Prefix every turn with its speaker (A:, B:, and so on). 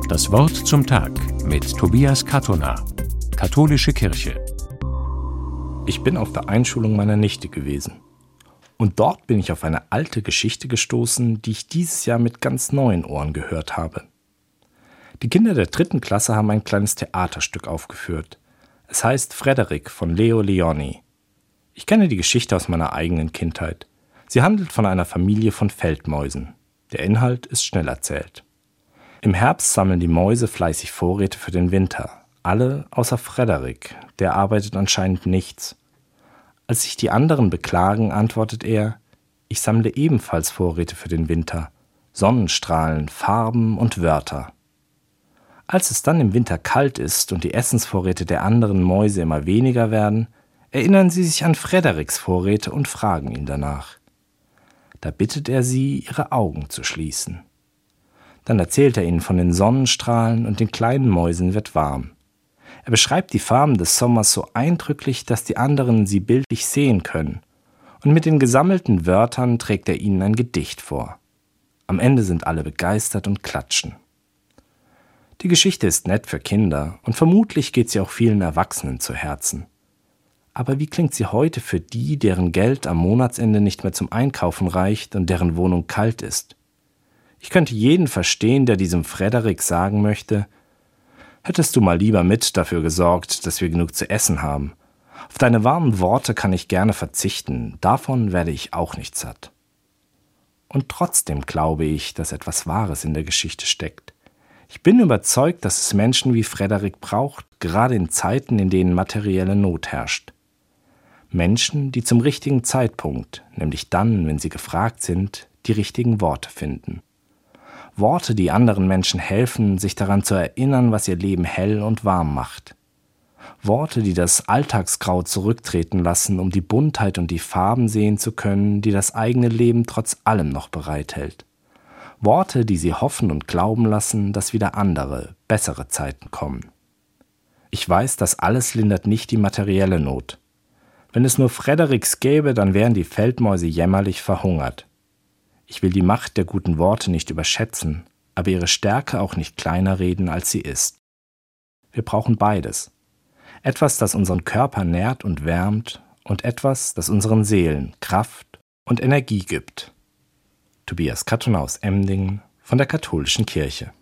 A: Das Wort zum Tag mit Tobias Katona, Katholische Kirche.
B: Ich bin auf der Einschulung meiner Nichte gewesen. Und dort bin ich auf eine alte Geschichte gestoßen, die ich dieses Jahr mit ganz neuen Ohren gehört habe. Die Kinder der 3. Klasse haben ein kleines Theaterstück aufgeführt. Es heißt Frederik von Leo Lionni. Ich kenne die Geschichte aus meiner eigenen Kindheit. Sie handelt von einer Familie von Feldmäusen. Der Inhalt ist schnell erzählt. Im Herbst sammeln die Mäuse fleißig Vorräte für den Winter. Alle außer Frederik, der arbeitet anscheinend nichts. Als sich die anderen beklagen, antwortet er: Ich sammle ebenfalls Vorräte für den Winter. Sonnenstrahlen, Farben und Wörter. Als es dann im Winter kalt ist und die Essensvorräte der anderen Mäuse immer weniger werden, erinnern sie sich an Frederiks Vorräte und fragen ihn danach. Da bittet er sie, ihre Augen zu schließen. Dann erzählt er ihnen von den Sonnenstrahlen und den kleinen Mäusen wird warm. Er beschreibt die Farben des Sommers so eindrücklich, dass die anderen sie bildlich sehen können. Und mit den gesammelten Wörtern trägt er ihnen ein Gedicht vor. Am Ende sind alle begeistert und klatschen. Die Geschichte ist nett für Kinder und vermutlich geht sie auch vielen Erwachsenen zu Herzen. Aber wie klingt sie heute für die, deren Geld am Monatsende nicht mehr zum Einkaufen reicht und deren Wohnung kalt ist? Ich könnte jeden verstehen, der diesem Frederik sagen möchte: Hättest du mal lieber mit dafür gesorgt, dass wir genug zu essen haben. Auf deine warmen Worte kann ich gerne verzichten, davon werde ich auch nicht satt. Und trotzdem glaube ich, dass etwas Wahres in der Geschichte steckt. Ich bin überzeugt, dass es Menschen wie Frederik braucht, gerade in Zeiten, in denen materielle Not herrscht. Menschen, die zum richtigen Zeitpunkt, nämlich dann, wenn sie gefragt sind, die richtigen Worte finden. Worte, die anderen Menschen helfen, sich daran zu erinnern, was ihr Leben hell und warm macht. Worte, die das Alltagsgrau zurücktreten lassen, um die Buntheit und die Farben sehen zu können, die das eigene Leben trotz allem noch bereithält. Worte, die sie hoffen und glauben lassen, dass wieder andere, bessere Zeiten kommen. Ich weiß, das alles lindert nicht die materielle Not. Wenn es nur Frederiks gäbe, dann wären die Feldmäuse jämmerlich verhungert. Ich will die Macht der guten Worte nicht überschätzen, aber ihre Stärke auch nicht kleiner reden, als sie ist. Wir brauchen beides. Etwas, das unseren Körper nährt und wärmt, und etwas, das unseren Seelen Kraft und Energie gibt. Tobias Katona aus Emdingen von der Katholischen Kirche.